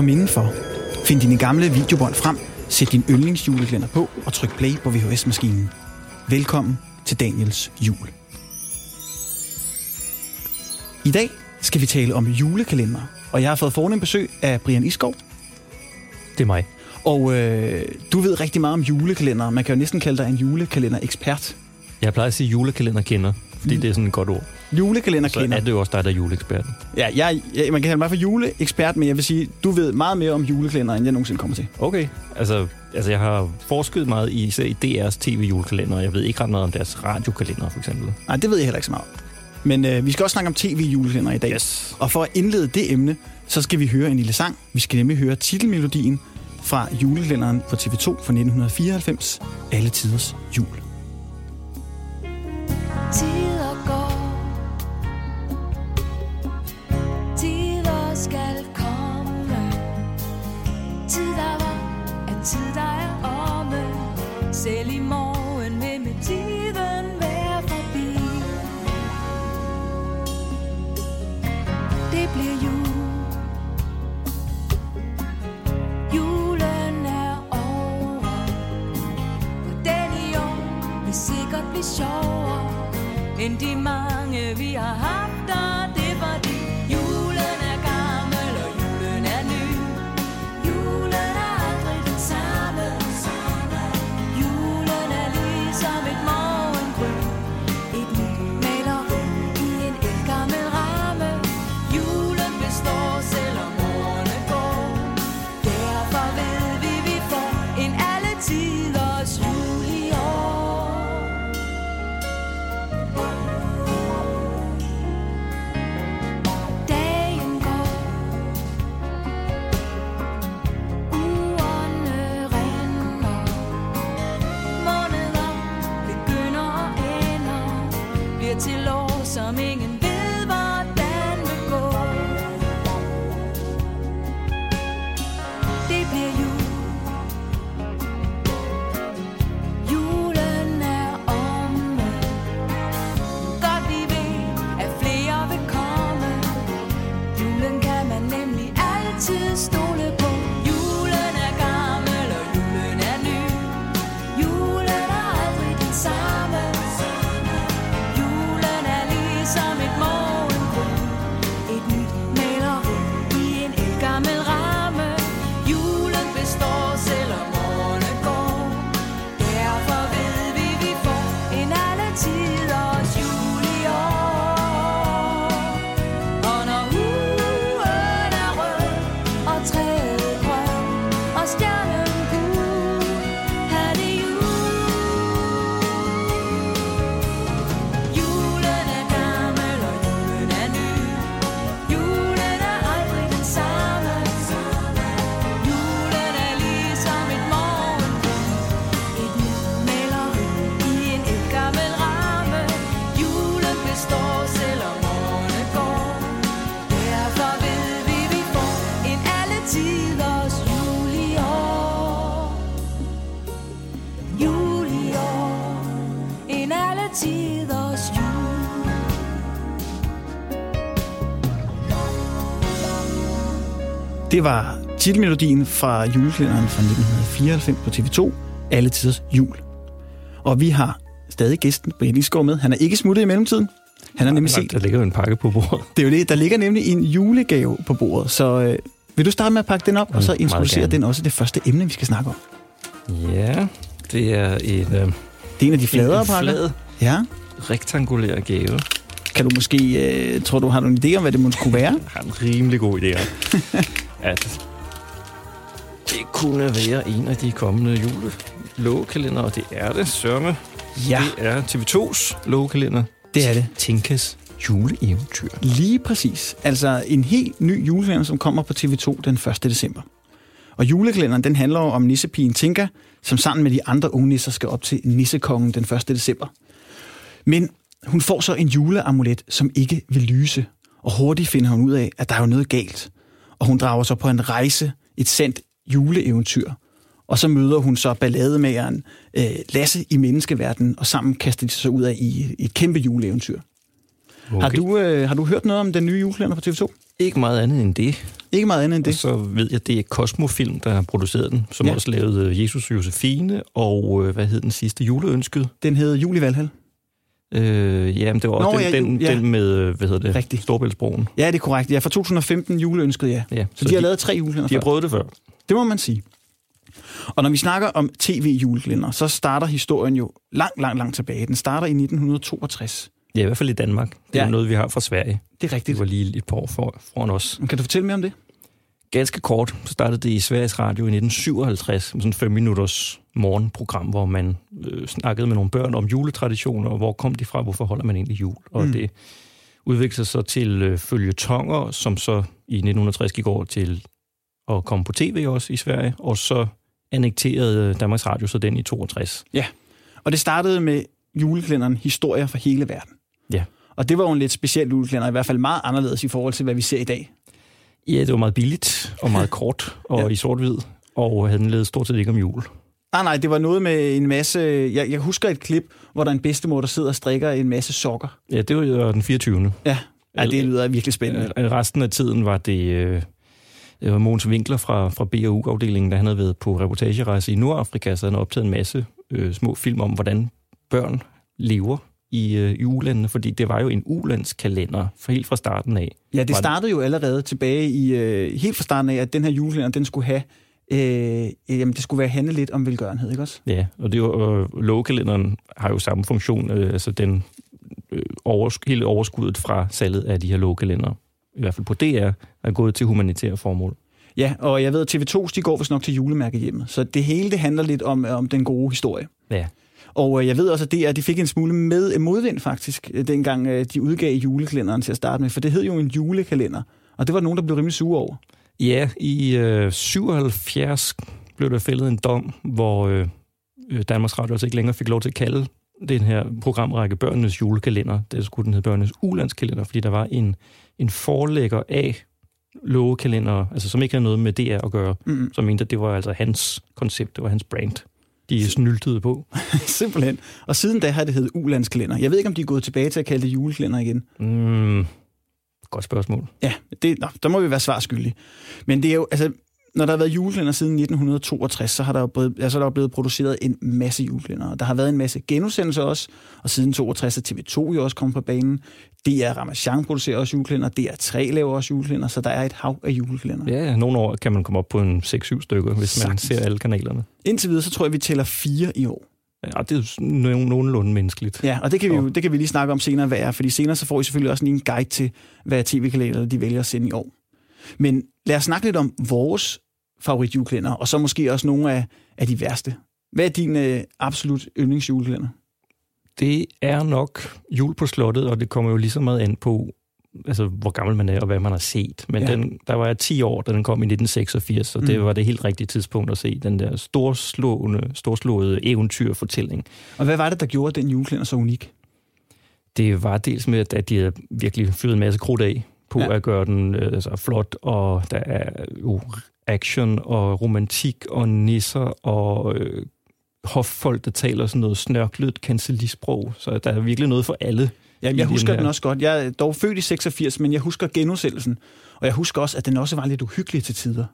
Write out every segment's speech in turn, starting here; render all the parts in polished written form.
Kom indenfor. Find dine gamle videobånd frem, sæt din yndlingsjulekalender på og tryk play på VHS-maskinen. Velkommen til Daniels jul. I dag skal vi tale om julekalender, og jeg har fået fornemt besøg af Brian Iskov. Det er mig. Og du ved rigtig meget om julekalender. Man kan jo næsten kalde dig en julekalender-ekspert. Jeg plejer at sige julekalenderkender, fordi det er sådan et godt ord. Julekalenderkender. Så er det jo også dig, der er juleeksperten. Ja, man kan kalde mig for juleekspert, men jeg vil sige, du ved meget mere om julekalender, end jeg nogensinde kommer til. Okay. Altså jeg har forsket meget i DR's tv-julekalender, og jeg ved ikke ret meget om deres radiokalender, for eksempel. Nej, det ved jeg heller ikke så meget om. Men vi skal også snakke om tv-julekalender i dag. Yes. Og for at indlede det emne, så skal vi høre en lille sang. Vi skal nemlig høre titelmelodien fra julekalenderen på TV2 fra 1994, Alle tiders jul. Tider går, tider skal komme. Tid der var, at tid der er omme. Selv i morgen vil med tiden være forbi. Det bliver jul. Julen er over, og den i år vil sikkert blive sjovere end de mange vi har haft, og det var det. Julen er gammel, og julen er ny. Julen er aldrig den samme. Julen er ligesom et morgengryn, et nyt maleri i en ældgammel ramme. Julen består, selvom årene går. Derfor ved vi får en alle tiders jul i år. Dagen går, ugerne rinder, måneder begynder og ender, bliver til år, som ingen ved, hvordan det går. Det bliver jul. Julen er omme. Godt vi ved, at flere vil komme. Julen kan man nemlig altid stole på. Julen er gammel, og julen er ny. Julen er aldrig den samme. Julen er ligesom et morgengryn, et nyt maleri i en ældgammel ramme. Julen består, selvom årene går. Derfor ved vi får en alle tiders jul i år. Og når huen er rød, og træet grøn, og stjernen gul, er det jul. Julen er gammel, og julen er ny. Julen er aldrig den samme. Julen er ligesom et morgengryn, et nyt maleri i en ældgammel ramme. Julen består, selvom årene går. Derfor ved vi får en alle tiders jul i år. Jul i år, en alle tiders jul. Det var titelmelodien fra julekalenderen fra 1994 på TV2, Alle tiders jul. Og vi har stadig gæsten Brian Iskov med. Han er ikke smuttet i mellemtiden. Han har nemlig set. Der ligger jo en pakke på bordet. Det er jo det. Der ligger nemlig en julegave på bordet. Så vil du starte med at pakke den op, og så introducere den også det første emne, vi skal snakke om? Ja, det er Det er en af de fladere pakker. flad, Ja. rektangulær gave. Kan du måske, tror du, har du en idé om, hvad det måske kunne være? Jeg har en rimelig god idé om, at det kunne være en af de kommende julelovekalender, og det er det, sørme. Ja, Det er TV2's lovekalender. det er det. Tinkas juleeventyr. Lige præcis. Altså en helt ny julekalender, som kommer på TV2 den 1. december. Og julekalenderen, den handler om nissepigen Tinka, som sammen med de andre unge nisser skal op til nissekongen den 1. december. Men hun får så en juleamulet, som ikke vil lyse. Og hurtigt finder hun ud af, at der er jo noget galt. Og hun drager så på en rejse, et sandt juleeventyr. Og så møder hun så ballademageren Lasse i menneskeverdenen, og sammen kaster de sig ud af i et kæmpe juleeventyr. Okay. Har du hørt noget om den nye julekalender på TV2? Ikke meget andet end det. Ikke meget andet end Og det. så ved jeg, det er Cosmofilm, der har produceret den, som Ja. også lavede Jesus og Josefine, og hvad hed den sidste, Juleønsket? Den hedder Jul i Valhall. Jamen, det var også den med, hvad hedder det? Rigtig. Storebæltsbroen. Ja, det er korrekt. Ja, fra 2015 juleønsket, ja. Ja, Så de har lavet 3 julekalender. De har prøvet det før. Det må man sige. Og når vi snakker om tv-julekalender, så starter historien jo langt tilbage. Den starter i 1962. Ja, i hvert fald i Danmark. Det er noget, vi har fra Sverige. Det er rigtigt. Det var lige et par år foran os. Kan du fortælle mere om det? Ganske kort, så startede det i Sveriges Radio i 1957 med sådan 5 minutters morgenprogram, hvor man snakkede med nogle børn om juletraditioner, og hvor kom de fra, hvorfor holder man egentlig jul? Og det udviklede sig så til følgetonger, som så i 1960 gik over til at komme på tv også i Sverige, og så annekterede Danmarks Radio så den i 62. Ja, og det startede med julekalenderen Historier fra hele verden. Ja. Og det var jo en lidt speciel julekalender, i hvert fald meget anderledes i forhold til, hvad vi ser i dag. Ja, det var meget billigt og meget kort og i sort-hvid, og den led stort set ikke om jul. Nej, det var noget med en masse... Jeg husker et klip, hvor der er en bedstemor, der sidder og strikker en masse sokker. Ja, det var den 24. Ja, det lyder virkelig spændende. Resten af tiden var det Mogens Winkler fra BAU-afdelingen, der han havde været på reportagerejse i Nordafrika, så han havde optaget en masse små film om, hvordan børn lever i ulandene, fordi det var jo en ulandskalender helt fra starten af. Ja, det startede jo allerede tilbage i helt fra starten af, at den her julekalender, den skulle have det skulle handle lidt om velgørenhed, ikke også? Ja, og det jo lovekalenderen har jo samme funktion, altså den hele overskuddet fra salget af de her lovekalendere, i hvert fald på DR, er gået til humanitære formål. Ja, og jeg ved, at TV2 de går vist nok til julemærkehjemmet, så det hele det handler lidt om den gode historie. Ja. Og jeg ved også, at DR de fik en smule modvind faktisk, dengang de udgav julekalenderen til at starte med, for det hed jo en julekalender, og det var nogen, der blev rimelig sure over. Ja, i 77 blev der fældet en dom, hvor Danmarks Radio altså ikke længere fik lov til at kalde den her programrække Børnenes julekalender. Det skulle den hedde Børnenes ulandskalender, fordi der var en forlægger af lovekalender, altså som ikke havde noget med DR at gøre, som mente, at det var altså hans koncept, det var hans brand. De snyltede på. Simpelthen. Og siden da har det heddet ulandskalender. Jeg ved ikke, om de er gået tilbage til at kalde det julekalender igen. Godt spørgsmål. Ja, der må vi være svarskyldige. Men det er jo, altså, når der har været julekalender siden 1962, så har der jo blevet produceret en masse julekalender. Der har været en masse genudsendelser også, og siden 62 er TV2 jo også kommet på banen. DR Ramachan producerer også julekalender, DR3 laver også julekalender, så der er et hav af julekalender. Ja, nogle år kan man komme op på en 6-7 stykker, hvis man ser alle kanalerne. Indtil videre, så tror jeg, vi tæller 4 i år. Ja, det er nogenlunde menneskeligt. Ja, og det kan vi lige snakke om senere, hvad er, fordi senere så får I selvfølgelig også en guide til, hvad tv-kanaler de vælger at sende i år. Men lad os snakke lidt om vores favoritjulekalender, og så måske også nogle af de værste. Hvad er din absolut yndlingsjulekalender? Det er nok Jul på Slottet, og det kommer jo lige så meget an på, altså, hvor gammel man er og hvad man har set. Men der var jeg 10 år, da den kom i 1986, og det var det helt rigtige tidspunkt at se den der storslåede eventyrfortælling. Og hvad var det, der gjorde den julekalender så unik? Det var dels med, at de havde virkelig fyret en masse krudt af på at gøre den flot, og der er jo action og romantik og nisser og hoffolk, der taler sådan noget snørklet kancelisprog, så der er virkelig noget for alle. Ja, jeg husker den også godt. Jeg er dog født i 86, men jeg husker genudsendelsen, og jeg husker også, at den også var lidt uhyggelig til tider.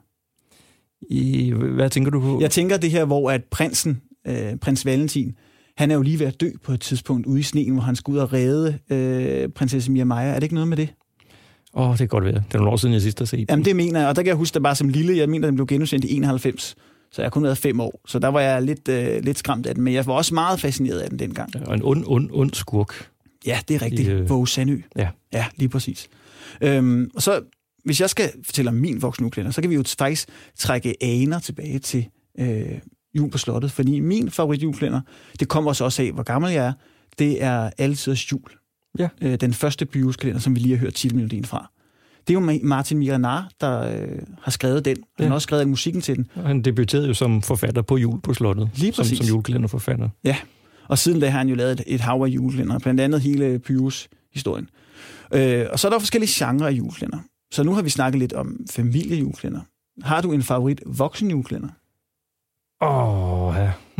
Hvad tænker du på? Jeg tænker det her, hvor at prins Valentin, han er jo lige ved at dø på et tidspunkt ude i sneen, hvor han skal ud og redde prinsesse Mia Maja. Er det ikke noget med det? Det kan godt være. Det er nogle år siden, jeg sidst har set. Jamen det mener jeg, og der kan jeg huske, at bare som lille, jeg mener, den blev genudsendt i 91, så jeg har kun været 5 år. Så der var jeg lidt skræmt af den, men jeg var også meget fascineret af den dengang. Og en ond skurk. Ja, det er rigtigt. Våge Sandø. Ja, lige præcis. Og så, hvis jeg skal fortælle om min voksenjulekalender, så kan vi jo faktisk trække aner tilbage til Jul på Slottet, fordi min favoritjulekalender, det kommer også af, hvor gammel jeg er, det er Altiders Jul. Ja. Den første byjuleskalender, som vi lige har hørt titelmelodien fra. Det er jo Martin Miranar, der har skrevet den. Han har også skrevet musikken til den. Og han debuterede jo som forfatter på Jul på Slottet. Lige præcis. Som julekalenderforfatter. Ja, og siden da har han jo lavet et hav af julekalender, blandt andet hele Pyrus-historien. Og så er der forskellige genrer af julekalender. Så nu har vi snakket lidt om familiejulekalender. Har du en favorit voksenjulekalender?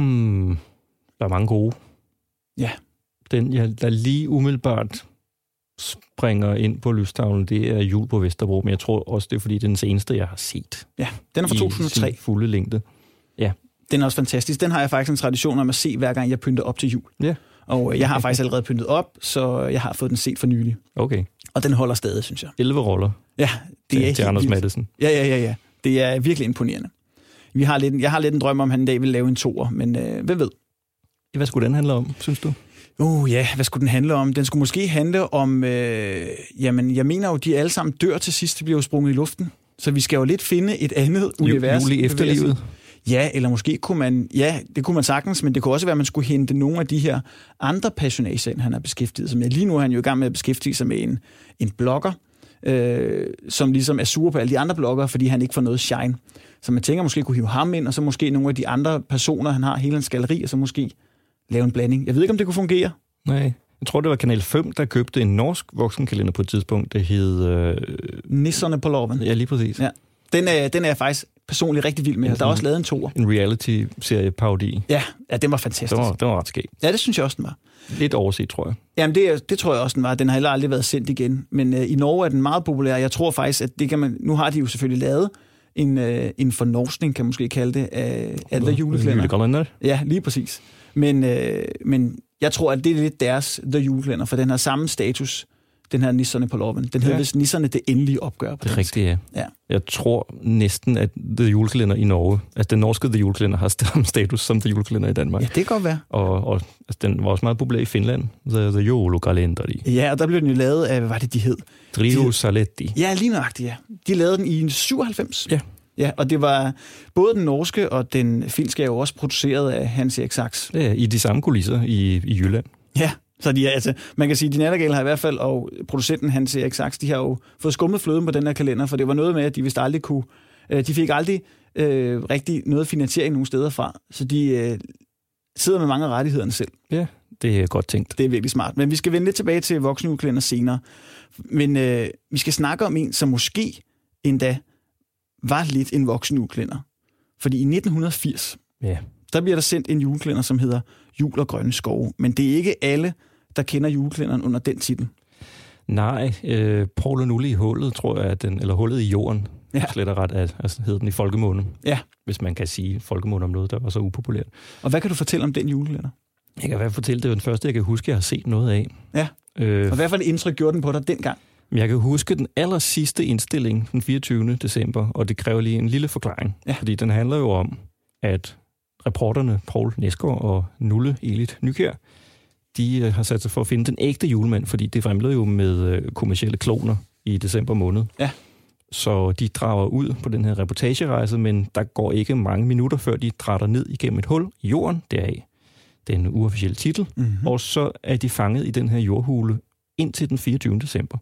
Der er mange gode. Ja. Den, der lige umiddelbart springer ind på lystavlen, det er Jul på Vesterbro, men jeg tror også, det er fordi, det er den seneste, jeg har set. Ja, den er fra 2003. I fulde længde. Ja. Den er også fantastisk. Den har jeg faktisk en tradition om at se, hver gang jeg pynter op til jul. Ja. Og jeg har faktisk allerede pyntet op, så jeg har fået den set for nylig. Okay. Og den holder stadig, synes jeg. 11 roller. Ja, det er til Anders Matthesen. Ja. Det er virkelig imponerende. Jeg har lidt en drøm om, at han en dag vil lave en toer, men hvem ved? Hvad skulle den handle om, synes du? Hvad skulle den handle om? Den skulle måske handle om, jeg mener jo, de alle sammen dør til sidst, de bliver jo sprunget i luften. Så vi skal jo lidt finde et andet univers. Jul i efterlivet. Ja, eller måske kunne man, det kunne man sagtens, men det kunne også være, at man skulle hente nogle af de her andre personager, han har beskæftiget sig med. Lige nu er han jo i gang med at beskæftige sig med en blogger, som ligesom er sur på alle de andre bloggere, fordi han ikke får noget shine. Så man tænker, måske kunne hive ham ind, og så måske nogle af de andre personer, han har hele hans galleri, og så måske lave en blanding. Jeg ved ikke, om det kunne fungere. Nej, jeg tror, det var Kanal 5, der købte en norsk voksenkalender på et tidspunkt. Det hed... Nisserne på Loven. Ja, lige præcis. Ja. Den er jeg faktisk personligt rigtig vild med. Der er også lavet en toer. En reality-serie-parodi. Ja, den var fantastisk. Det var ret skægt. Ja, det synes jeg også, den var. Lidt overset, tror jeg. Jamen, det tror jeg også, den var. Den har heller aldrig været sendt igen. Men i Norge er den meget populær. Jeg tror faktisk, at det kan man... Nu har de jo selvfølgelig lavet en fornorsning, kan man måske kalde det, af The Julekalender. Ja, lige præcis. Men jeg tror, at det er lidt deres The Julekalender, for den har samme status, den her Nisserne på Loven. Den hedder vist Nisserne det endelige opgør. Det er rigtigt, ja. Jeg tror næsten, at The Julekalender i Norge, altså den norske The Julekalender har samme status som The Julekalender i Danmark. Ja, det kan godt være. Og altså, den var også meget populær i Finland, The Julekalender. Ja, og der blev den jo lavet af, hvad var det, de hed? Trio Saletti. Ja, lige nøjagtigt, ja. De lavede den i 97. Ja. Ja, og det var både den norske og den finske er jo også produceret af Hans Erik Sachs. Ja, i de samme kulisser i Jylland. Ja, så de er, altså, man kan sige, at de Nattergale har i hvert fald, og producenten Hans Erik Sachs, de har jo fået skummet fløden på den her kalender, for det var noget med, at de vist aldrig kunne, de fik aldrig rigtig noget finansiering nogen steder fra, så de sidder med mange af rettighederne selv. Ja, det er godt tænkt. Det er virkelig smart. Men vi skal vende lidt tilbage til voksenjulekalender senere. Men vi skal snakke om en, som måske endda var lidt en voksenjulekalender. Fordi i 1980, der bliver der sendt en julekalender, som hedder Jul og Grønne Skove. Men det er ikke alle, der kender julekalenderen under den titel. Nej, Poul og Nulle i hullet, tror jeg, eller hullet i jorden, slet og ret, altså hedder den i folkemunde. Ja. Hvis man kan sige folkemunde om noget, der var så upopulært. Og hvad kan du fortælle om den julekalender? Jeg kan i hvert fald fortælle, det var den første, jeg kan huske, jeg har set noget af. Ja, og hvad for et indtryk gjorde den på dig dengang? Jeg kan huske den aller sidste indstilling, den 24. december, og det kræver lige en lille forklaring. Ja. Fordi den handler jo om, at reporterne Poul Nesgaard og Nulle Elit Nykjær, de har sat sig for at finde den ægte julemand, fordi det fremlede jo med kommercielle kloner i december måned. Ja. Så de drager ud på den her reportagerejse, men der går ikke mange minutter, før de drætter ned igennem et hul i jorden, deraf den uofficielle titel, og så er de fanget i den her jordhule indtil den 24. december.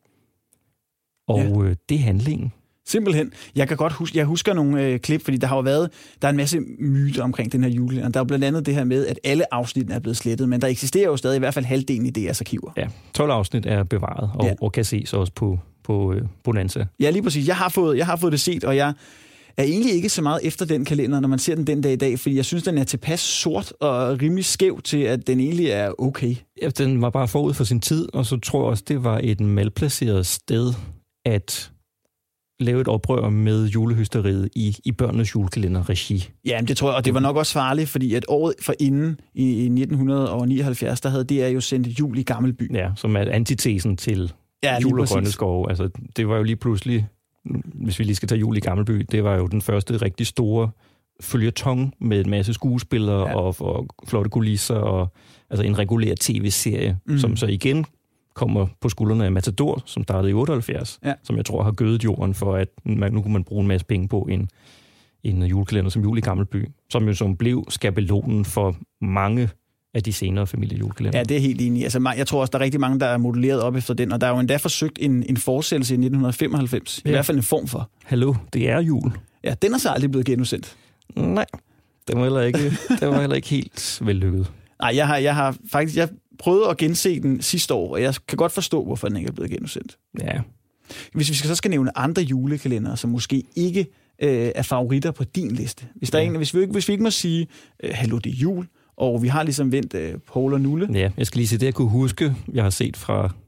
Og det er handlingen. Simpelthen. Jeg husker nogle klip, fordi der er en masse myter omkring den her julekalender. Der er jo blandt andet det her med, at alle afsnit er blevet slettet, men der eksisterer jo stadig i hvert fald halvdelen i DR's arkiver. Ja, 12 afsnit er bevaret, og kan ses også på Bonanza. Ja, lige præcis. Jeg har fået det set, og jeg er egentlig ikke så meget efter den kalender, når man ser den dag i dag, fordi jeg synes, den er tilpas sort og rimelig skæv til, at den egentlig er okay. Ja, den var bare forud for sin tid, og så tror jeg også, det var et malplaceret sted at lave et oprør med julehysteriet i børnenes julekalender-regi. Ja, det tror jeg, og det var nok også farligt, fordi at året forinden i 1979, der havde DR jo sendt Jul i Gammelby. Ja, som er antitesen til Jul og Grønne Skove. Altså, det var jo lige pludselig, hvis vi lige skal tage Jul i Gammelby, det var jo den første rigtig store føljeton med en masse skuespillere og flotte kulisser, og altså en regulær tv-serie, som så igen kommer på skuldrene af Matador, som startede i 78, som jeg tror har gødet jorden for, at nu kunne man bruge en masse penge på en julekalender som Jul i Gammelby, som blev skabelonen for mange af de senere familiejulekalender. Ja, det er helt enig. Altså, jeg tror også, der er rigtig mange, der er modelleret op efter den, og der er jo endda forsøgt en fortsættelse i 1995. I hvert fald en form for. Hallo, det er jul. Ja, den er så aldrig blevet genudsendt. Nej, det var heller ikke helt vellykket. Nej, jeg prøvede at gense den sidste år, og jeg kan godt forstå, hvorfor den ikke er blevet genudsendt. Ja. Hvis vi så skal nævne andre julekalendere, som måske ikke er favoritter på din liste. Hvis vi ikke må sige, hallo, det er jul, og vi har ligesom vendt Poul og Nulle. Ja, jeg skal lige se det, jeg kunne huske, jeg har set fra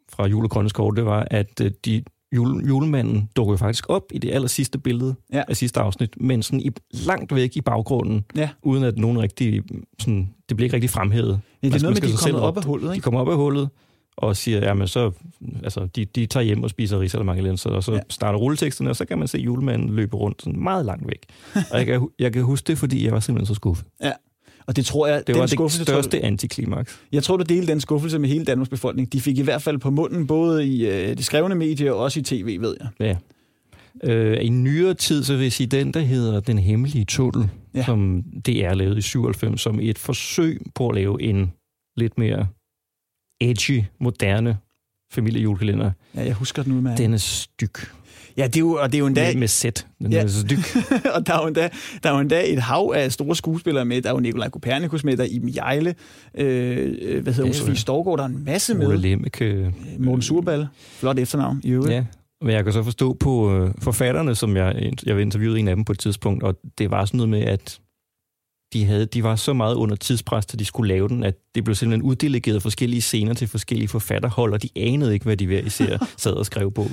fra Jul og Grønne Skove, det var, at julemanden dukker jo faktisk op i det aller sidste billede af sidste afsnit, men sådan langt væk i baggrunden, uden at nogen rigtig, sådan, det bliver ikke rigtig fremhævet. Ja, det er noget med, de kommer op af hullet, ikke? De kommer op af hullet og siger, jamen så, altså, de tager hjem og spiser risalemanglenser, og så starter rulleteksterne, og så kan man se julemanden løbe rundt sådan meget langt væk. Og jeg kan huske det, fordi jeg var simpelthen så skuffet. Ja. Og det tror jeg... Det var det største antiklimaks. Jeg tror, du delte den skuffelse med hele Danmarks befolkning. De fik i hvert fald på munden, både i de skrevne medier og også i tv, ved jeg. Ja. I nyere tid, så vil jeg sige, den, der hedder Den Hemmelige Tunnel, som DR lavede i 97, som et forsøg på at lave en lidt mere edgy, moderne familiejulekalender. Ja, jeg husker den udmærket. Den er styg. Ja, det er jo endda... Med sæt. Den er så dyk. Og der er jo endda et hav af store skuespillere med. Der er jo Nikolaj Kopernikus med, der er Iben Hjejle, Sofie Storgård, der er en masse med. Ole Lemmeke. Morten Surballe. Flot efternavn i øvrigt. Ja, men jeg kan så forstå på forfatterne, som jeg interviewede en af dem på et tidspunkt, og det var sådan noget med, at de var så meget under tidspres, at de skulle lave den, at det blev simpelthen uddelegeret forskellige scener til forskellige forfatterhold, og de anede ikke, hvad de hver især sad og skrev på.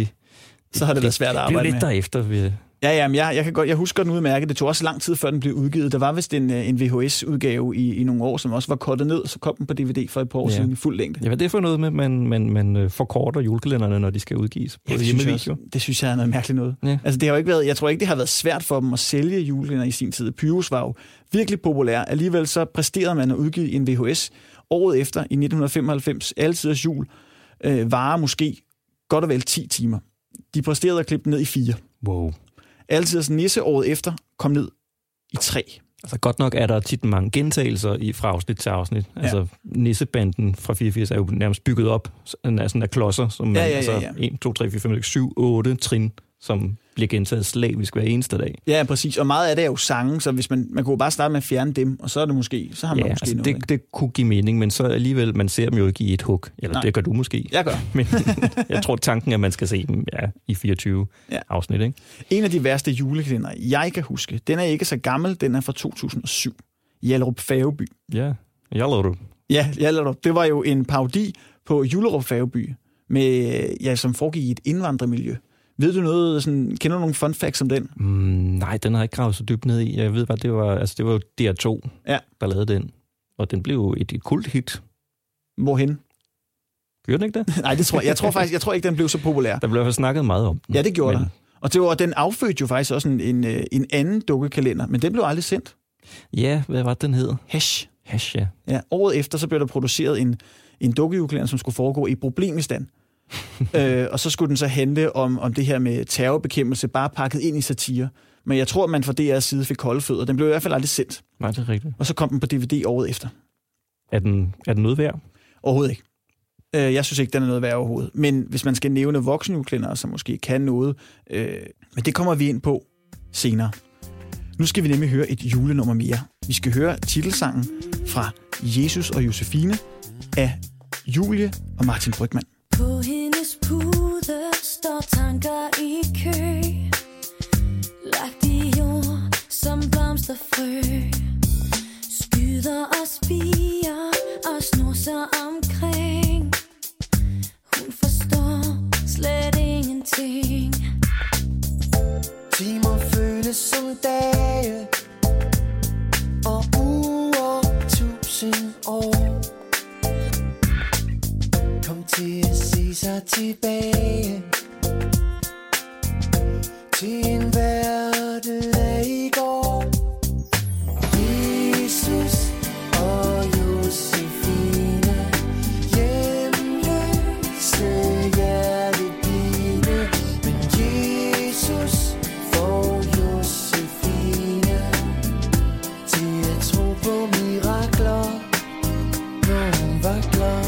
Så har det været svært at arbejde med. Det blev lidt derefter. Ja, men jeg husker den udmærket. Det tog også lang tid, før den blev udgivet. Der var vist en VHS-udgave i nogle år, som også var kortet ned, så kom den på DVD for et par år siden i fuld længde. Ja, hvad er det for noget med, man forkorter julekalenderne, når de skal udgives på hjemmevideo? Det synes jeg er noget mærkeligt noget. Ja. Altså, det har jo ikke været, jeg tror ikke, det har været svært for dem at sælge julekalender i sin tid. Pyrus var jo virkelig populær. Alligevel så præsterede man at udgive en VHS året efter, i 1995. Altiders jul varer måske godt og vel 10 timer. De præsterede at klippe den ned i 4. Wow. Altiders Nisse året efter kom ned i 3. Altså godt nok er der tit mange gentagelser fra afsnit til afsnit. Ja. Altså Nissebanden fra 84 er jo nærmest bygget op sådan af klodser, som 1, 2, 3, 4, 5, 6, 7, 8 trin, som bliver gentaget slavisk hver eneste dag. Ja, præcis. Og meget af det er jo sange, så hvis man kunne bare starte med at fjerne dem, og så er det måske, så har man måske altså noget. Det kunne give mening, men så alligevel, man ser dem jo ikke i et hug. Eller det gør du måske. Jeg gør. Men jeg tror, tanken er, at man skal se dem i 24 afsnit, ikke? En af de værste julekalender, jeg kan huske, den er ikke så gammel, den er fra 2007. Hjallerup Færgeby. Ja, Hjallerup. Ja, Hjallerup. Det var jo en parodi på Hjallerup Færgeby, som foregik i et indvandrermiljø. Ved du noget, sådan, kender du nogle fun facts om den? Nej, den har jeg ikke gravet så dybt ned i. Jeg ved bare, det var jo DR2, der lavede den. Og den blev jo et kulthit. Hvorhen? Gjorde den ikke det? Nej, det tror jeg. Jeg tror ikke, den blev så populær. Der blev i hvert fald snakket meget om den. Ja, det gjorde der. Og den affødte jo faktisk også en anden dukkekalender, men den blev aldrig sendt. Ja, hvad var den hed? Hash. Hash, ja. Ja, året efter så blev der produceret en dukkejulekalender, som skulle foregå i Problemistan. Og så skulle den så handle om det her med terrorbekæmpelse, bare pakket ind i satire. Men jeg tror, man fra DR's side fik kolde fødder. Den blev i hvert fald aldrig sendt. Nej, det er rigtigt. Og så kom den på DVD året efter. Er den noget værd? Overhovedet ikke. Jeg synes ikke, den er noget værd overhovedet. Men hvis man skal nævne voksenjulekalendere, som måske kan noget, men det kommer vi ind på senere. Nu skal vi nemlig høre et julenummer mere. Vi skal høre titelsangen fra Jesus og Josefine af Julie og Martin Brygmann. På hendes pude står tanker i kø, lagt i jord som blomsterfrø, skyder og spiger og snor sig omkring. Hun forstår slet ingenting. Timer føles som dage, og uger 1000 år. Kom til at se sig tilbage til en verden af i går. Jesus og Josefine, hjemløse hjertepine. Men Jesus får Josefine til at tro på mirakler, når hun var klar.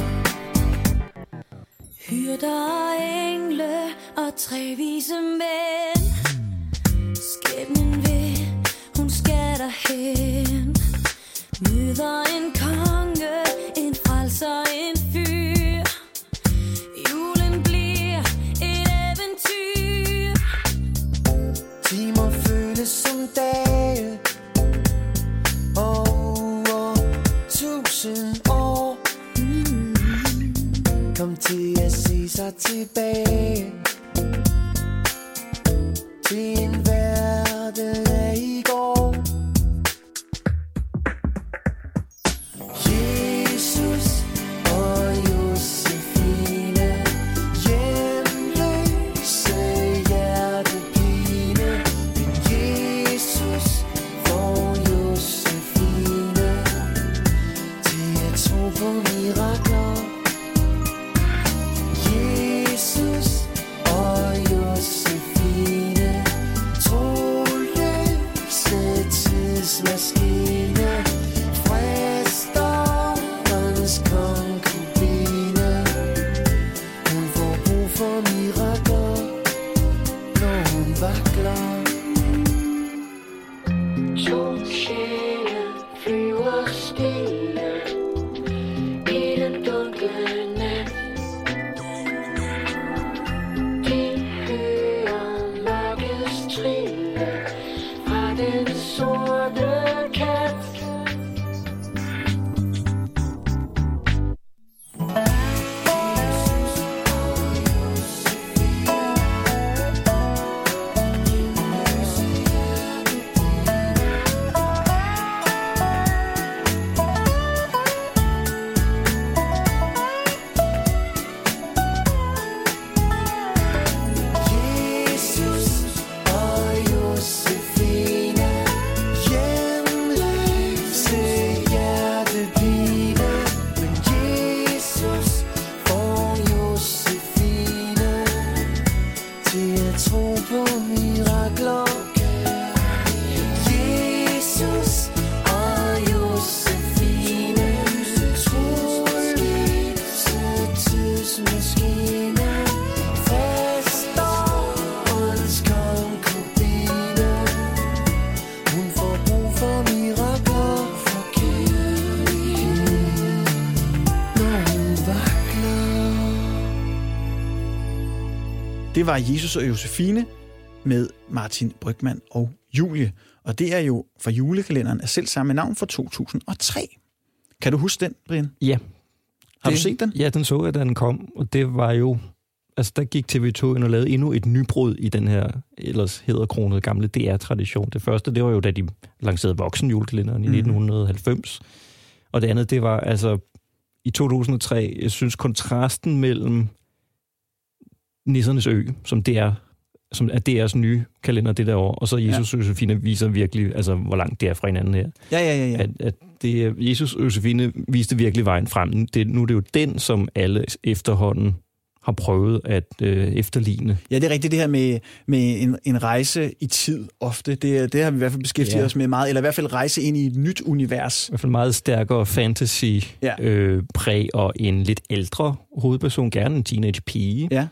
Hyrder og engle og 3 vise mænd. Skæbnen vil, hun skal derhen. Møder en konge, en frelser, en fyr. Julen bliver et eventyr. Timer føles som dage, og uger 1000 år. Kom til at sorte kat. Det var Jesus og Josefine med Martin Brygmann og Julie. Og det er jo fra julekalenderen af selv samme navn fra 2003. Kan du huske den, Brian? Ja. Har du set den? Ja, den så jeg, da den kom. Og det var jo... Altså, der gik TV2 ind og lavede endnu et nybrud i den her ellers hæderkronede gamle DR-tradition. Det første, det var jo, da de lancerede voksenjulekalenderen i 1990. Og det andet, det var altså i 2003, jeg synes, kontrasten mellem Nissernes Ø, som er DR's nye kalender det der år, og så Jesus og Josefine viser virkelig, altså hvor langt det er fra hinanden her. Ja. At det, Jesus og Josefine viste virkelig vejen frem. Nu er det jo den, som alle efterhånden har prøvet at efterligne. Ja, det er rigtigt det her med en rejse i tid ofte. Det har vi i hvert fald beskæftiget os med meget, eller i hvert fald rejse ind i et nyt univers. I hvert fald meget stærkere fantasy-præg og en lidt ældre hovedperson, gerne en teenage pige. Ja.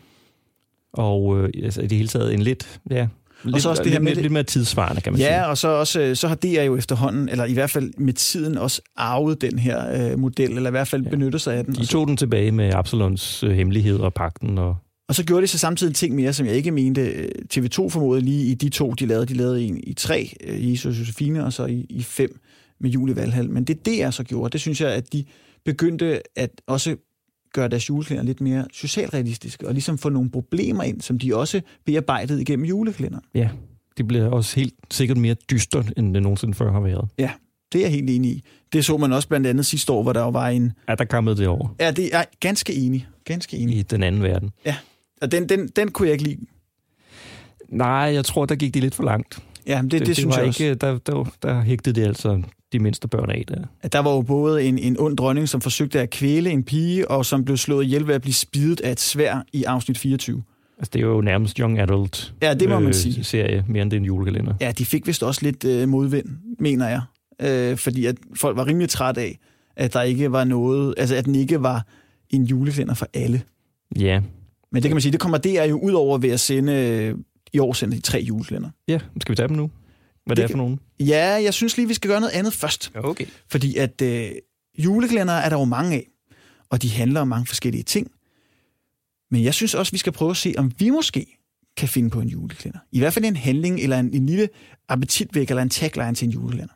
Og altså, i det hele taget en lidt mere tidsvarende, kan man sige. Ja, og så har DR jo efterhånden, eller i hvert fald med tiden også arvet den her model, eller i hvert fald benyttet sig af den. De tog den tilbage med Absalons hemmelighed og pagten. Og så gjorde de så samtidig en ting mere, som jeg ikke mente TV2 formodede lige i de to, de lavede. De lavede en i 3, Jesus og Josefine, og så i 5 med Julie Valhall. Men det DR så gjorde, det synes jeg, at de begyndte at også gøre deres julekalender lidt mere socialrealistiske, og ligesom få nogle problemer ind, som de også bearbejdede igennem julekalenderen. Ja, det bliver også helt sikkert mere dystert, end det nogensinde før har været. Ja, det er jeg helt enig i. Det så man også blandt andet sidste år, hvor der jo var en... Ja, der kammede det over. Ja, det er ganske enig. I den anden verden. Ja, og den kunne jeg ikke lide. Nej, jeg tror, der gik de lidt for langt. Ja, det synes jeg ikke, også. Der hægtede det altså de mindste børn af der. Der var jo både en ond dronning, som forsøgte at kvæle en pige, og som blev slået ihjel ved at blive spidet af et sværd i afsnit 24. Altså, det er jo nærmest young adult det må man sige. Serie, mere end det er en julekalender. Ja, de fik vist også lidt modvind, mener jeg. Fordi at folk var rimelig træt af, at der ikke var noget, altså at den ikke var en julekalender for alle. Ja. Men det kan man sige, det kommer DR jo ud over ved at sende, i år sender de 3 julekalender. Ja, skal vi tage dem nu? Hvad det er for nogen? Ja, jeg synes lige, vi skal gøre noget andet først. Okay. Fordi at julekalender er der jo mange af, og de handler om mange forskellige ting. Men jeg synes også, vi skal prøve at se, om vi måske kan finde på en julekalender. I hvert fald en handling, eller en lille appetitvæk, eller en tagline til en julekalender.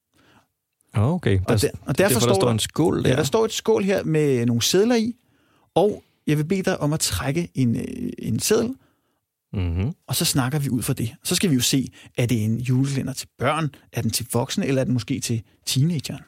Okay. Og derfor står en skål der. Ja, der står et skål her med nogle sedler i, og jeg vil bede dig om at trække en seddel, og så snakker vi ud fra det. Så skal vi jo se, er det en julekalender til børn, er den til voksne, eller er den måske til teenageren?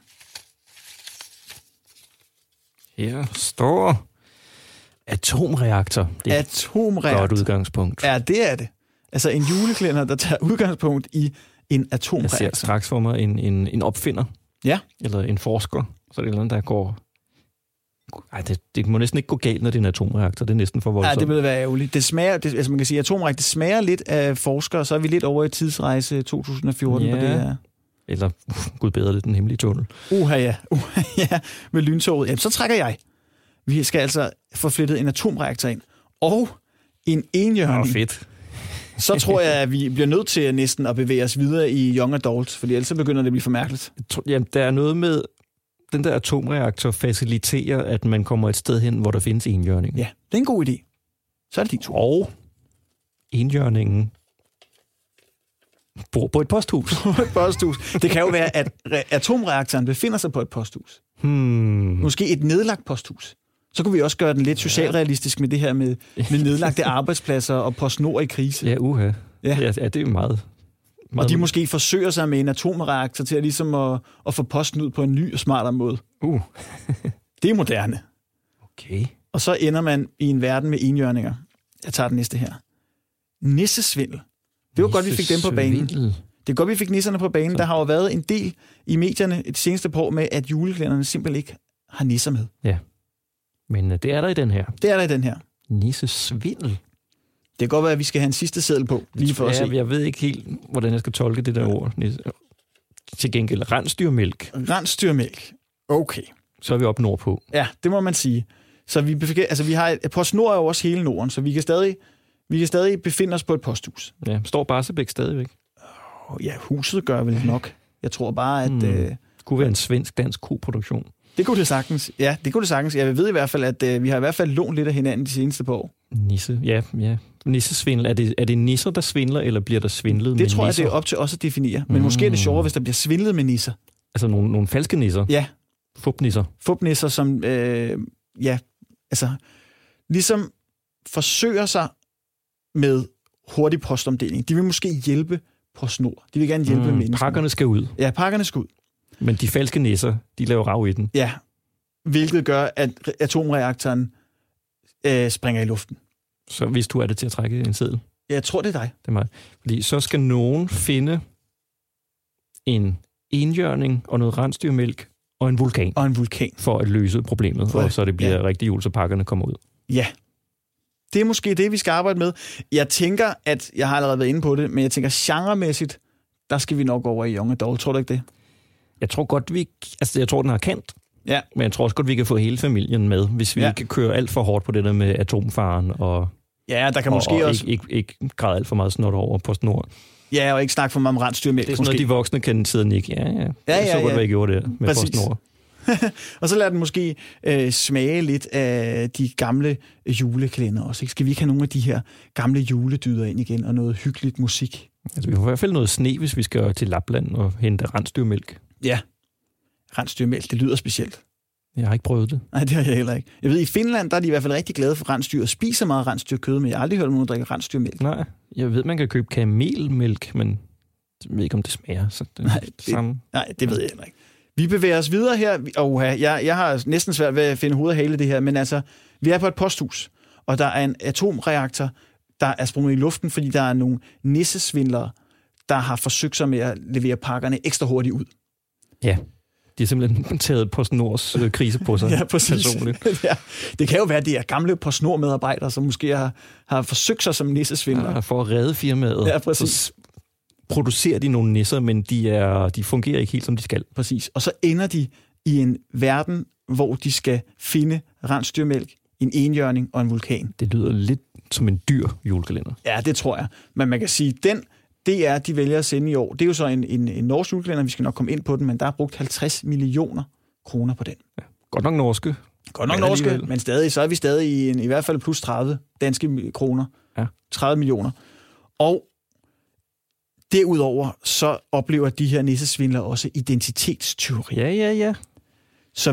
Her står atomreaktor. Det er atomreaktor. Godt udgangspunkt. Ja, det er det. Altså en julekalender, der tager udgangspunkt i en atomreaktor. Jeg ser straks for mig en opfinder. Ja. Eller en forsker. Så er det noget, der går... Ej, det må næsten ikke gå galt, når det er en atomreaktor. Det er næsten for voldsomt. Ja, det vil være ærgerligt. Det smager, altså man kan sige, atomreaktor, det smager lidt af forskere, så er vi lidt over i tidsrejse 2014 på det her. Eller, gud bedre det, den hemmelige tunnel. Ja, med lyntoget. Jamen, så trækker jeg. Vi skal altså få flettet en atomreaktor ind. Og en enhjørning. Fedt. Så tror jeg, at vi bliver nødt til næsten at bevæge os videre i young adult, fordi ellers begynder det at blive for mærkeligt. Jamen, der er noget med, den der atomreaktor faciliterer, at man kommer et sted hen, hvor der findes enhjørning. Ja, det er en god idé. Så er det de to. Og enhjørningen Bor på et posthus. På et posthus. Det kan jo være, at atomreaktoren befinder sig på et posthus. Måske et nedlagt posthus. Så kunne vi også gøre den lidt socialrealistisk med det her med nedlagte arbejdspladser og PostNord i krise. Ja, Ja, det er meget... Og de måske forsøger sig med en atomreaktor til at, ligesom at få posten ud på en ny og smartere måde. Det er moderne. Okay. Og så ender man i en verden med enhjørninger. Jeg tager den næste her. Nissesvindel. Det var godt, vi fik dem på banen. Det er godt, vi fik nisserne på banen. Der har jo været en del i medierne de seneste par år med, at julekalenderne simpelthen ikke har nisser med. Ja, men det er der i den her. Det er der i den her. Nissesvindel. Det kan godt være, at vi skal have en sidste seddel på, lige for at se. Jeg ved ikke helt, hvordan jeg skal tolke det der ord. Til gengæld, rensdyrmælk. Rensdyrmælk. Okay. Så er vi oppe nordpå. Ja, det må man sige. Så vi har PostNord er jo også hele Norden, så vi kan stadig befinde os på et posthus. Ja, står Barsebæk stadigvæk? Ja, huset gør vel nok. Jeg tror bare, at... Det kunne være en svensk-dansk koproduktion. Det kunne det sagtens. Ja, det kunne det sagtens. Jeg ved i hvert fald, at vi har i hvert fald lånt lidt af hinanden de seneste par år. Nisse, ja. Nissesvindel. Er det nisser, der svindler, eller bliver der svindlet med nisser? Det tror jeg, det er op til os at definere. Men måske er det sjovere, hvis der bliver svindlet med nisser. Altså nogle falske nisser? Ja. Fupnisser? Fupnisser, som ligesom forsøger sig med hurtig postomdeling. De vil måske hjælpe PostNord. De vil gerne hjælpe mennesker. Pakkerne skal ud. Ja, pakkerne skal ud. Men de falske nisser, de laver rav i den. Ja, hvilket gør, at atomreaktoren springer i luften. Så hvis du er det til at trække en seddel? Jeg tror, det er dig. Det er mig. Fordi så skal nogen finde en enhjørning og noget rensdyrmælk og en vulkan. For at løse problemet, og så det bliver rigtig jul, så pakkerne kommer ud. Ja. Det er måske det, vi skal arbejde med. Jeg tænker, at jeg har allerede været inde på det, men jeg tænker, genremæssigt, der skal vi nok over i Young Adult. Tror du ikke det? Jeg tror godt, jeg tror, den har kant. Ja. Men jeg tror også godt, vi kan få hele familien med, hvis vi ikke kører alt for hårdt på det der med atomfaren og... Ja, der kan måske og også... ikke græde alt for meget snot over PostNord. Ja, og ikke snakke for meget om rensdyrmælk. Det er sådan noget, de voksne kan sidde og nikke. Ja. Så godt, hvad jeg gjorde det med PostNord. Og så lader den måske smage lidt af de gamle julekalender også. Ikke? Skal vi ikke have nogle af de her gamle juledyder ind igen, og noget hyggeligt musik? Altså, vi får i hvert fald noget sne, hvis vi skal til Lapland og hente rensdyrmælk. Ja, rensdyrmælk, det lyder specielt. Jeg har ikke prøvet det. Nej, det har jeg heller ikke. Jeg ved, i Finland, der er de i hvert fald rigtig glade for rensdyr og spiser meget rensdyrkød, men jeg har aldrig hørt om nogen, der drikker rensdyrmælk. Nej, jeg ved, man kan købe kamelmælk, men jeg ved ikke, om det smager. Så det samme. Nej, det ved jeg heller ikke. Vi bevæger os videre her. Jeg har næsten svært ved at finde hoved og hale det her, men altså, vi er på et posthus, og der er en atomreaktor, der er sprunget i luften, fordi der er nogle nissesvindlere, der har forsøgt sig med at levere pakkerne ekstra hurtigt ud. Ja, de har simpelthen taget PostNords krise på sig. Ja, præcis. Ja. Det kan jo være, at de er gamle PostNord-medarbejdere, som måske har forsøgt sig som nissesvindlere. Ja, for at redde firmaet. Ja, præcis. Så producerer de nogle nisser, men de fungerer ikke helt, som de skal. Præcis. Og så ender de i en verden, hvor de skal finde rensdyrmælk, en enhjørning og en vulkan. Det lyder lidt som en dyr julekalender. Ja, det tror jeg. Men man kan sige, de vælger at sende i år. Det er jo så en norsk julekalender, vi skal nok komme ind på den, men der er brugt 50 millioner kroner på den. Ja, godt nok norske. Men stadig, så er vi stadig i hvert fald plus 30 danske kroner. Ja. 30 millioner. Og derudover så oplever de her nissesvindlere også identitetstyveri. Ja. Så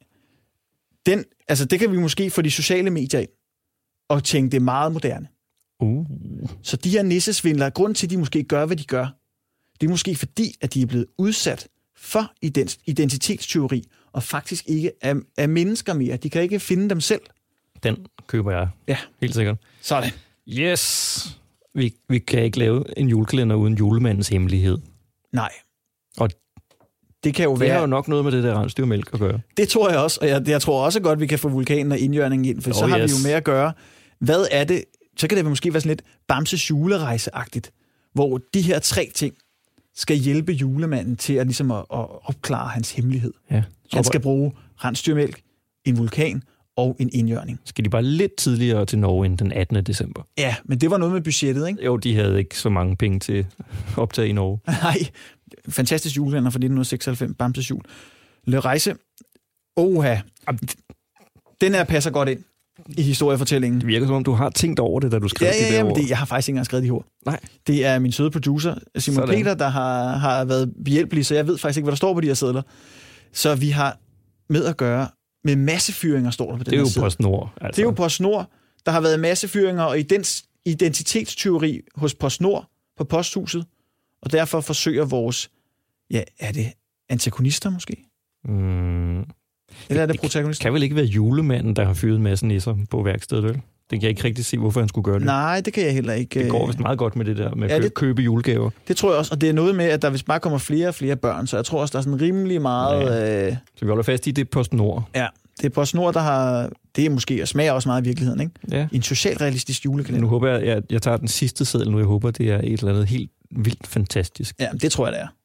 det kan vi måske få de sociale medier ind og tænke, det er meget moderne. Så de her nissesvindlere, grund til, at de måske gør, hvad de gør, det er måske fordi, at de er blevet udsat for identitetstyveri, og faktisk ikke er mennesker mere. De kan ikke finde dem selv. Den køber jeg. Ja. Helt sikkert. Sådan. Yes! Vi kan ikke lave en julekalender uden julemandens hemmelighed. Nej. Og det kan jo være... Det har jo nok noget med det der rensdyrmælk at gøre. Det tror jeg også, og jeg tror også godt, vi kan få vulkanen og indjørningen ind, for så har vi jo med at gøre. Hvad er det? Så kan det måske være sådan lidt Bamses julerejse-agtigt, hvor de her 3 ting skal hjælpe julemanden til at, ligesom at opklare hans hemmelighed. Ja. Han skal bruge rensdyrmælk, en vulkan og en indjørning. Skal de bare lidt tidligere til Norge end den 18. december? Ja, men det var noget med budgettet, ikke? Jo, de havde ikke så mange penge til at optage i Norge. Nej, fantastisk julekalender fra 1996, Bamses jul. Le Rejse. Oha. Den her passer godt ind. i historiefortællingen. Det virker som om, du har tænkt over det, da du skrev de der ord. Jeg har faktisk ikke engang skrevet de ord. Nej. Det er min søde producer, Simon Sådan. Peter, der har været behjælpelig, så jeg ved faktisk ikke, hvad der står på de her sedler. Så vi har med at gøre med massefyringer, står der på den her Det er side. jo PostNord. Altså. Det er jo PostNord. Der har været massefyringer og identitetstyveri hos PostNord på posthuset, og derfor forsøger vores, er det antagonister måske? Eller er det protagonister? Det kan vel ikke være julemanden, der har fyret en masse nisser på værkstedet, vel? Det kan jeg ikke rigtig se, hvorfor han skulle gøre det. Nej, det kan jeg heller ikke. Det går vist meget godt med det der med at købe julegaver. Det tror jeg også, og det er noget med, at der vist bare kommer flere og flere børn, så jeg tror også, der er sådan rimelig meget... Så vi holder fast i, det er PostNord. Ja, det er PostNord, der har... Det er måske, og smager også meget i virkeligheden, ikke? Ja. En socialrealistisk julekalender. Nu håber jeg tager den sidste seddel nu. Jeg håber, det er et eller andet helt vildt fantastisk. Ja, det tror jeg, det er.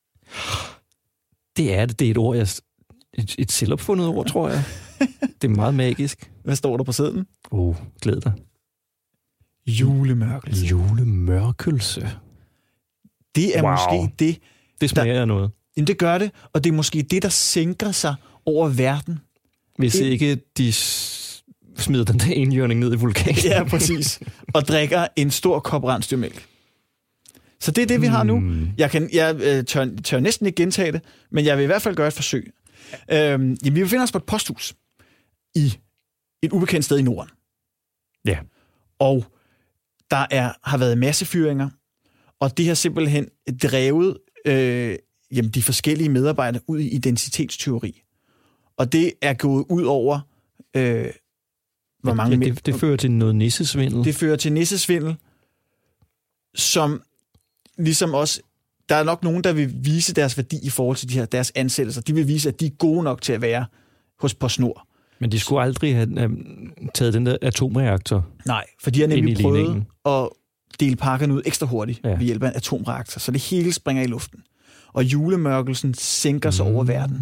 Det er det. Det er et ord, et selvopfundet ord, tror jeg. Det er meget magisk. Hvad står der på sedlen? Glæd dig. Julemørkelse. Julemørkelse. Det er måske det... Det smager af noget. Jamen, det gør det, og det er måske det, der sænker sig over verden. Hvis ikke de smider den der enhjørning ned i vulkanen. Ja, præcis. Og drikker en stor kop rensdyrmælk. Så det er det, vi har nu. Jeg tør næsten ikke gentage det, men jeg vil i hvert fald gøre et forsøg. Vi befinder os på et posthus i et ubekendt sted i Norden. Ja. Og der har været massefyringer, og det har simpelthen drevet de forskellige medarbejdere ud i identitetstyveri. Og det er gået ud over hvor mange... Det fører til noget nissesvindel. Det fører til nissesvindel, som ligesom også... Der er nok nogen, der vil vise deres værdi i forhold til deres ansættelser. De vil vise, at de er gode nok til at være hos PostNord. Men de skulle aldrig have taget den der atomreaktor. Nej, for de har nemlig prøvet at dele pakkerne ud ekstra hurtigt ved hjælp af en atomreaktor, så det hele springer i luften. Og julemørkelsen sænker sig over verden.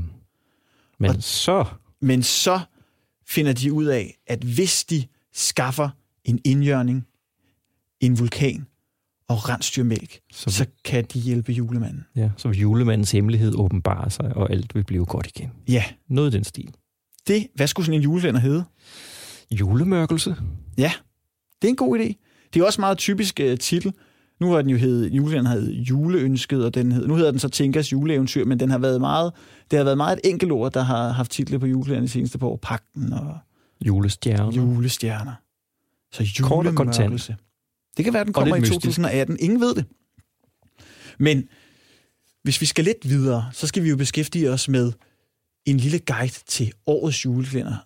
Men så finder de ud af, at hvis de skaffer en indjørning, en vulkan og rensdyrmælk, så kan de hjælpe julemanden. Ja, så vil julemandens hemmelighed åbenbare sig, og alt vil blive godt igen. Ja. Noget i den stil. Hvad skulle sådan en julekalender hedde? Julemørkelse? Ja, det er en god idé. Det er også meget typisk titel. Nu har den jo julekalenderen hed Juleønsket, og nu hedder den så Tinkas juleeventyr, men det har været meget et enkelt ord, der har haft titler på julekalenderen de seneste par år. Pagten og julestjerner. Så julemørkelse. Det kan være, den kommer i 2018. Ingen ved det. Men hvis vi skal lidt videre, så skal vi jo beskæftige os med en lille guide til årets julekalender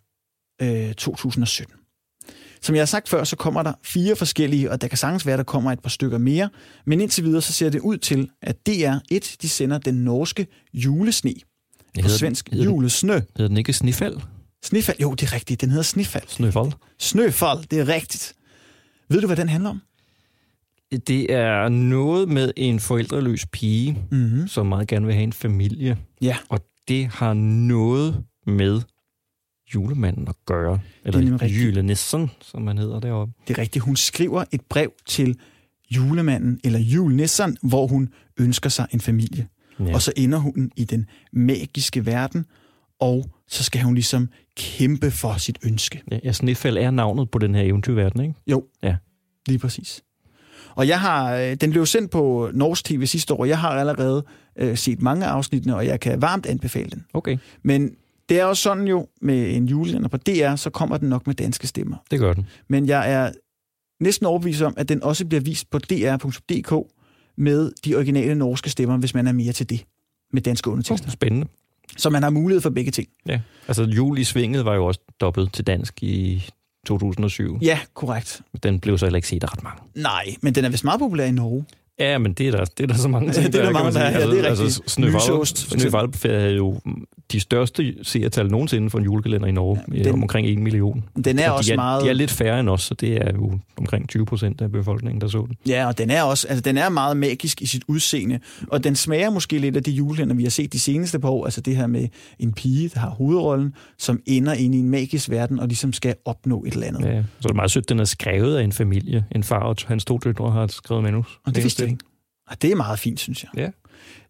2017. Som jeg har sagt før, så kommer der 4 forskellige, og der kan sagtens være, der kommer et par stykker mere. Men indtil videre, så ser det ud til, at DR1, de sender den norske julesne. På svensk julesnø. Hedder den ikke Snifald? Snifald? Jo, det er rigtigt. Den hedder Snifald. Snøfald, det er rigtigt. Ved du, hvad den handler om? Det er noget med en forældreløs pige, som meget gerne vil have en familie. Ja. Og det har noget med julemanden at gøre. Eller julenissen, som man hedder deroppe. Det er rigtigt. Hun skriver et brev til julemanden, eller julenissen, hvor hun ønsker sig en familie. Ja. Og så ender hun i den magiske verden, og så skal hun ligesom kæmpe for sit ønske. Ja, Snefald er navnet på den her eventyrverden, ikke? Jo, ja. Lige præcis. Og den blev sendt på Norsk TV sidste år, og jeg har allerede set mange af afsnittene, og jeg kan varmt anbefale den. Okay. Men det er også sådan jo, med en julekalender på DR, så kommer den nok med danske stemmer. Det gør den. Men jeg er næsten overbevist om, at den også bliver vist på dr.dk med de originale norske stemmer, hvis man er mere til det, med danske undertekster. Spændende. Så man har mulighed for begge ting. Ja, altså Jul i Svinget var jo også dobbelt til dansk i 2007. Ja, korrekt. Den blev så heller ikke set af ret mange. Nej, men den er vist meget populær i Norge. Ja, men det er der så mange ting, det er der mange, der er. Ja, det er rigtigt. Snøvalp havde jo de største seertal nogensinde for en julekalender i Norge. Ja, omkring 1 million. Den er også meget... De er lidt færre end os, så det er jo omkring 20% af befolkningen, der så den. Ja, og den er også, altså den er meget magisk i sit udseende, og den smager måske lidt af de julekalender, vi har set de seneste par år, altså det her med en pige, der har hovedrollen, som ender ind i en magisk verden, og ligesom skal opnå et eller andet. Ja, så er det meget sødt, den er skrevet af en familie. En far og hans 2 døtre har skrevet manus. Og det vidste jeg ikke. Og det er meget fint, synes jeg. Ja.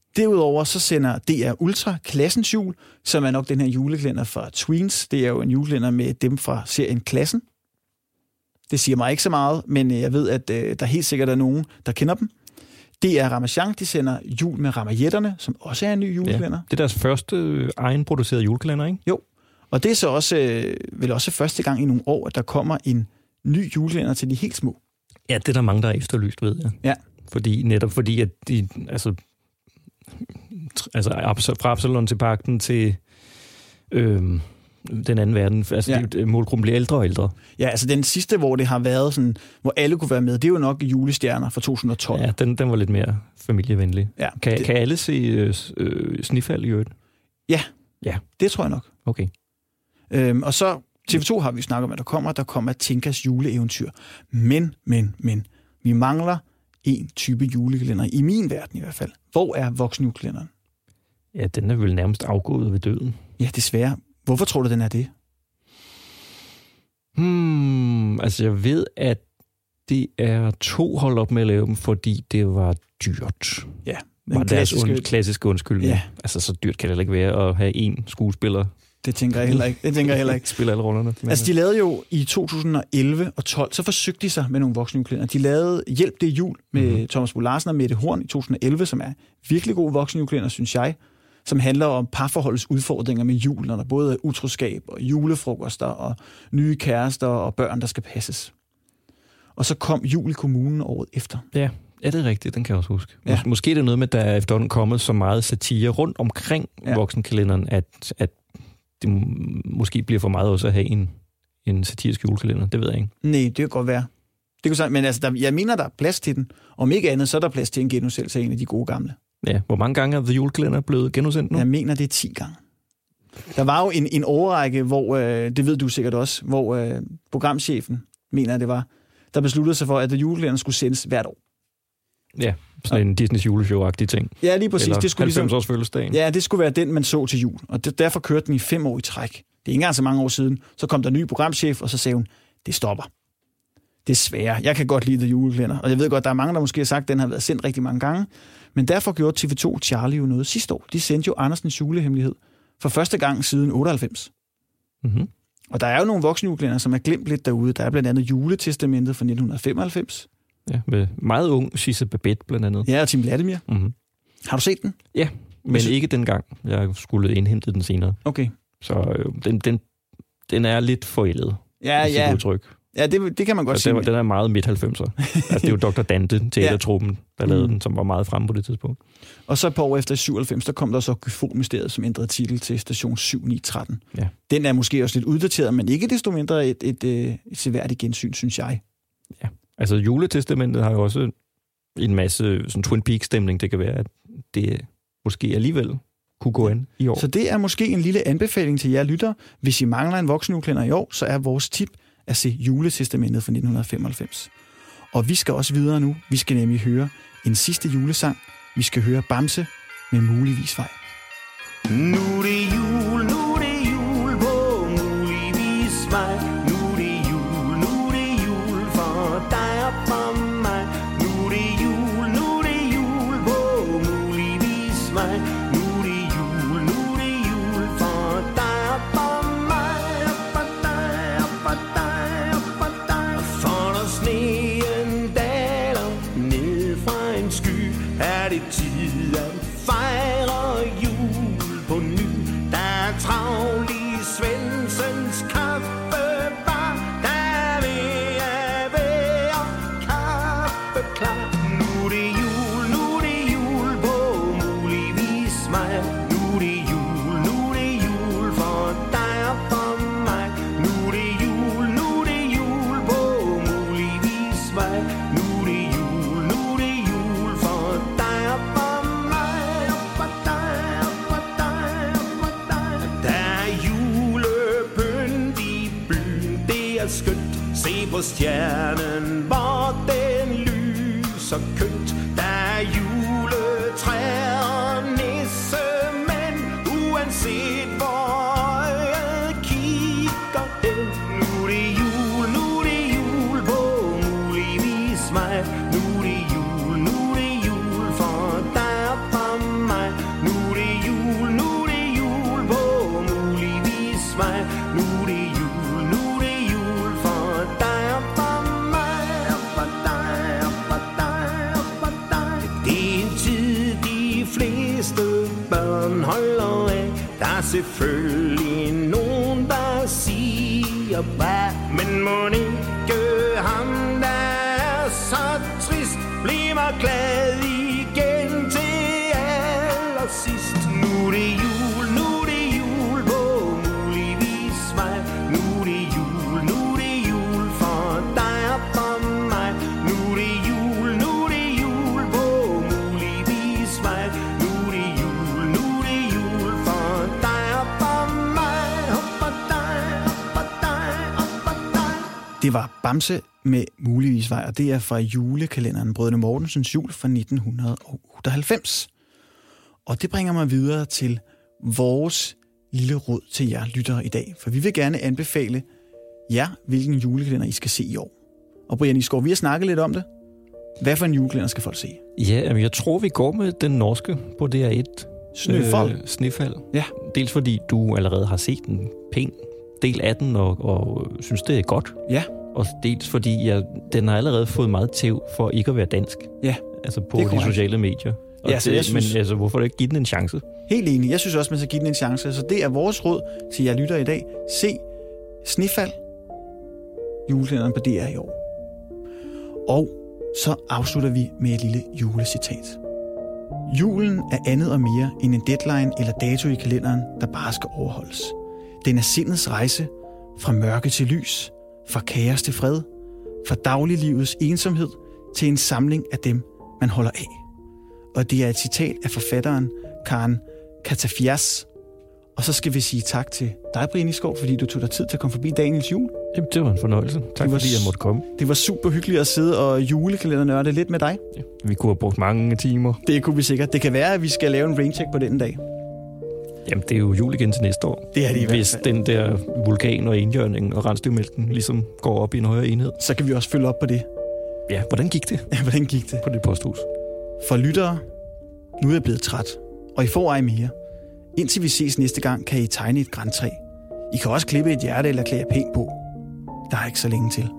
Derudover så sender DR Ultra Klassens Jul, som er nok den her julekalender fra Tweens. Det er jo en julekalender med dem fra serien Klassen. Det siger mig ikke så meget, men jeg ved, at der helt sikkert er nogen, der kender dem. DR Ramachan, de sender Jul med Ramajetterne, som også er en ny julekalender. Ja, det er deres første egenproducerede julekalender, ikke? Jo, og det er så også, vel også første gang i nogle år, at der kommer en ny julekalender til de helt små. Ja, det er der mange, der er efterlyst, ved jeg. Ja. Fordi at de, altså fra Absalon til Pagten til den anden verden, altså målgruppen bliver ældre og ældre. Ja, altså den sidste, hvor det har været sådan, hvor alle kunne være med, det er jo nok Julestjerner fra 2012. Ja, den var lidt mere familievenlig. Ja, kan alle se Snefald i øvrigt? Ja, det tror jeg nok. Okay. Og så TV2 har vi snakket om, at der kommer Tinkas juleeventyr. Men, vi mangler en type julekalender, i min verden i hvert fald. Hvor er voksenjulekalenderen? Ja, den er vel nærmest afgået ved døden. Ja, desværre. Hvorfor tror du, den er det? Altså jeg ved, at det er 2 hold op med at lave dem, fordi det var dyrt. Ja, var deres klassiske undskyldning. Ja. Altså så dyrt kan det ikke være at have en skuespiller. Det tænker jeg heller ikke. Spiller alle rollerne. Altså de lavede jo i 2011 og 12, så forsøgte de sig med nogle voksenjulekalender. De lavede Hjælp det jul med Thomas Bo Larsen og Mette Horn i 2011, som er virkelig god voksenjulekalender, synes jeg, som handler om parforholdets udfordringer med jul, når der både er utroskab og julefrokoster og nye kærester og børn, der skal passes. Og så kom Jul i kommunen året efter. Ja, det er rigtigt, den kan jeg også huske. Ja. Måske er det noget med, at der er efterhånden kommet så meget satire rundt omkring voksenkalenderen, at det måske bliver for meget også at have en satirisk julekalender. Det ved jeg ikke. Nej, det kan godt være. Det kan sige, men altså, jeg mener, der er plads til den. Om ikke andet, så er der plads til en genudsendelse af en af de gode gamle. Ja, hvor mange gange er The Julekalender blevet genudsendt nu? Jeg mener, det er 10 gange. Der var jo en årrække, hvor, det ved du sikkert også, hvor programchefen, mener jeg det var, der besluttede sig for, at The Julekalender skulle sendes hvert år. Ja, sådan en Disneys juleshow-agtig ting. Ja, lige præcis. Eller det skulle 90 års fødselsdagen. Ja, det skulle være den, man så til jul. Og derfor kørte den i 5 år i træk. Det er ikke engang så mange år siden. Så kom der en ny programchef, og så sagde hun, det stopper. Desværre. Jeg kan godt lide The Julekalender. Og jeg ved godt, der er mange, der måske har sagt, at den har været sendt rigtig mange gange. Men derfor gjorde TV2 Charlie jo noget sidste år. De sendte jo Andersens julehemmelighed for første gang siden 98. Mm-hmm. Og der er jo nogle voksenjulekalender, som er glemt lidt derude. Der er blandt andet Juletestamentet fra 1995. Ja, med meget ung Sisse Babette blandt andet. Ja, og Tim Vladimir. Mm-hmm. Har du set den? Ja, men ikke dengang. Jeg skulle indhente den senere. Okay. Så den er lidt forældet. Ja. Udtryk. Ja, det kan man godt sige. Den er meget midt-90'er. Altså, det er jo Dr. Dante, teatertruppen, der lavede den, som var meget fremme på det tidspunkt. Og så et par år efter 97, der kom der så Gyfon-mysteriet, som ændrede titel til Station 7913. Ja. Den er måske også lidt uddateret, men ikke desto mindre et seværdigt gensyn, synes jeg. Ja, altså Juletestamentet har jo også en masse sådan Twin Peaks-stemning. Det kan være, at det måske alligevel kunne gå ind i år. Så det er måske en lille anbefaling til jer lyttere. Hvis I mangler en voksenjulekalender i år, så er vores tip at se Juletestamentet fra 1995. Og vi skal også videre nu. Vi skal nemlig høre en sidste julesang. Vi skal høre Bamse med Muligvis Vej. Nu er det jul, nu er det jul på Muligvis Vej. Nu er det jul for dig og for mig. Nu er det jul på Muligvis Vej. Nu er det jul for dig og for mig. Og for dig og for dig og for dig. For når sneen daler ned fra en sky, er det tid at fejre jul på ny. Der er travlt i Svendsens kaffebar. Der er ved at være kaffeklar. Nu er det jul på Muligvis Vej. Nu er det jul for dig og for mig. Nu er det jul på Muligvis Vej. Nu er det jul for dig og for mig. Og for dig og for dig og for dig. Der er julepynt i byen, det er skønt. Se på stjernen, hvor den lyser kønt. Der er juletræer og nissemænd, uanset hvor øjet kigger hen. Nu er det jul på Muligvis Vej. Nu er det jul for dig og for mig. børn holder af. Der er selvfølgelig nogen, der siger hvad, men må ikke ham, der er så trist, bliver mig glad igen til allersidst. Nu er det jul, nu er det jul på muligvis vej. Nu er det jul, nu er det jul for dig og for mig. Nu er det jul, nu er det jul på muligvis vej. Nu er det jul, nu er det jul for dig og for mig. Og for dig, og for dig, og for dig. Det var Bamse med muligvis vej, og det er fra julekalenderen Brødrene Mortensens jul fra 1998. Og det bringer mig videre til vores lille råd til jer lyttere i dag, for vi vil gerne anbefale jer, hvilken julekalender I skal se i år. Og Brian Iskov, vi har snakket lidt om det. Hvad for en julekalender skal folk se? Ja, jeg tror, vi går med den norske på DR1. Snefald. Ja. Dels fordi du allerede har set en pæn del af den, og synes, det er godt. Ja. Og dels fordi den har allerede fået meget tæv for ikke at være dansk. Ja. Altså på de sociale medier. Og ja, så jeg synes, men altså, hvorfor ikke give den en chance? Helt enig. Jeg synes også, man skal give den en chance. Så det er vores råd til jer lytter i dag. Se Snefald, julekalenderen på DR i år. Og så afslutter vi med et lille julecitat. Julen er andet og mere end en deadline eller dato i kalenderen, der bare skal overholdes. Den er sindets rejse fra mørke til lys, fra kaos til fred, fra dagliglivets ensomhed til en samling af dem, man holder af. Og det er et citat af forfatteren Karen Katafias. Og så skal vi sige tak til dig, Brian Iskov, fordi du tog dig tid til at komme forbi Daniels jul. Jamen, det var en fornøjelse. Tak fordi jeg måtte komme. Det var super hyggeligt at sidde og julekalendernørde lidt med dig. Ja, vi kunne have brugt mange timer. Det kunne vi sikkert. Det kan være, at vi skal lave en raincheck på den dag. Jamen, det er jo jul igen til næste år. Det er det i hvert fald. Hvis den der vulkan og enhjørning og rensdyrmælken ligesom går op i en højere enhed. Så kan vi også følge op på det. Ja, hvordan gik det? Ja, hvordan gik det? På det posthus. For lyttere, nu er jeg blevet træt, og I får ej mere. Indtil vi ses næste gang, kan I tegne et grantræ. I kan også klippe et hjerte eller klæde pænt på. Der er ikke så længe til.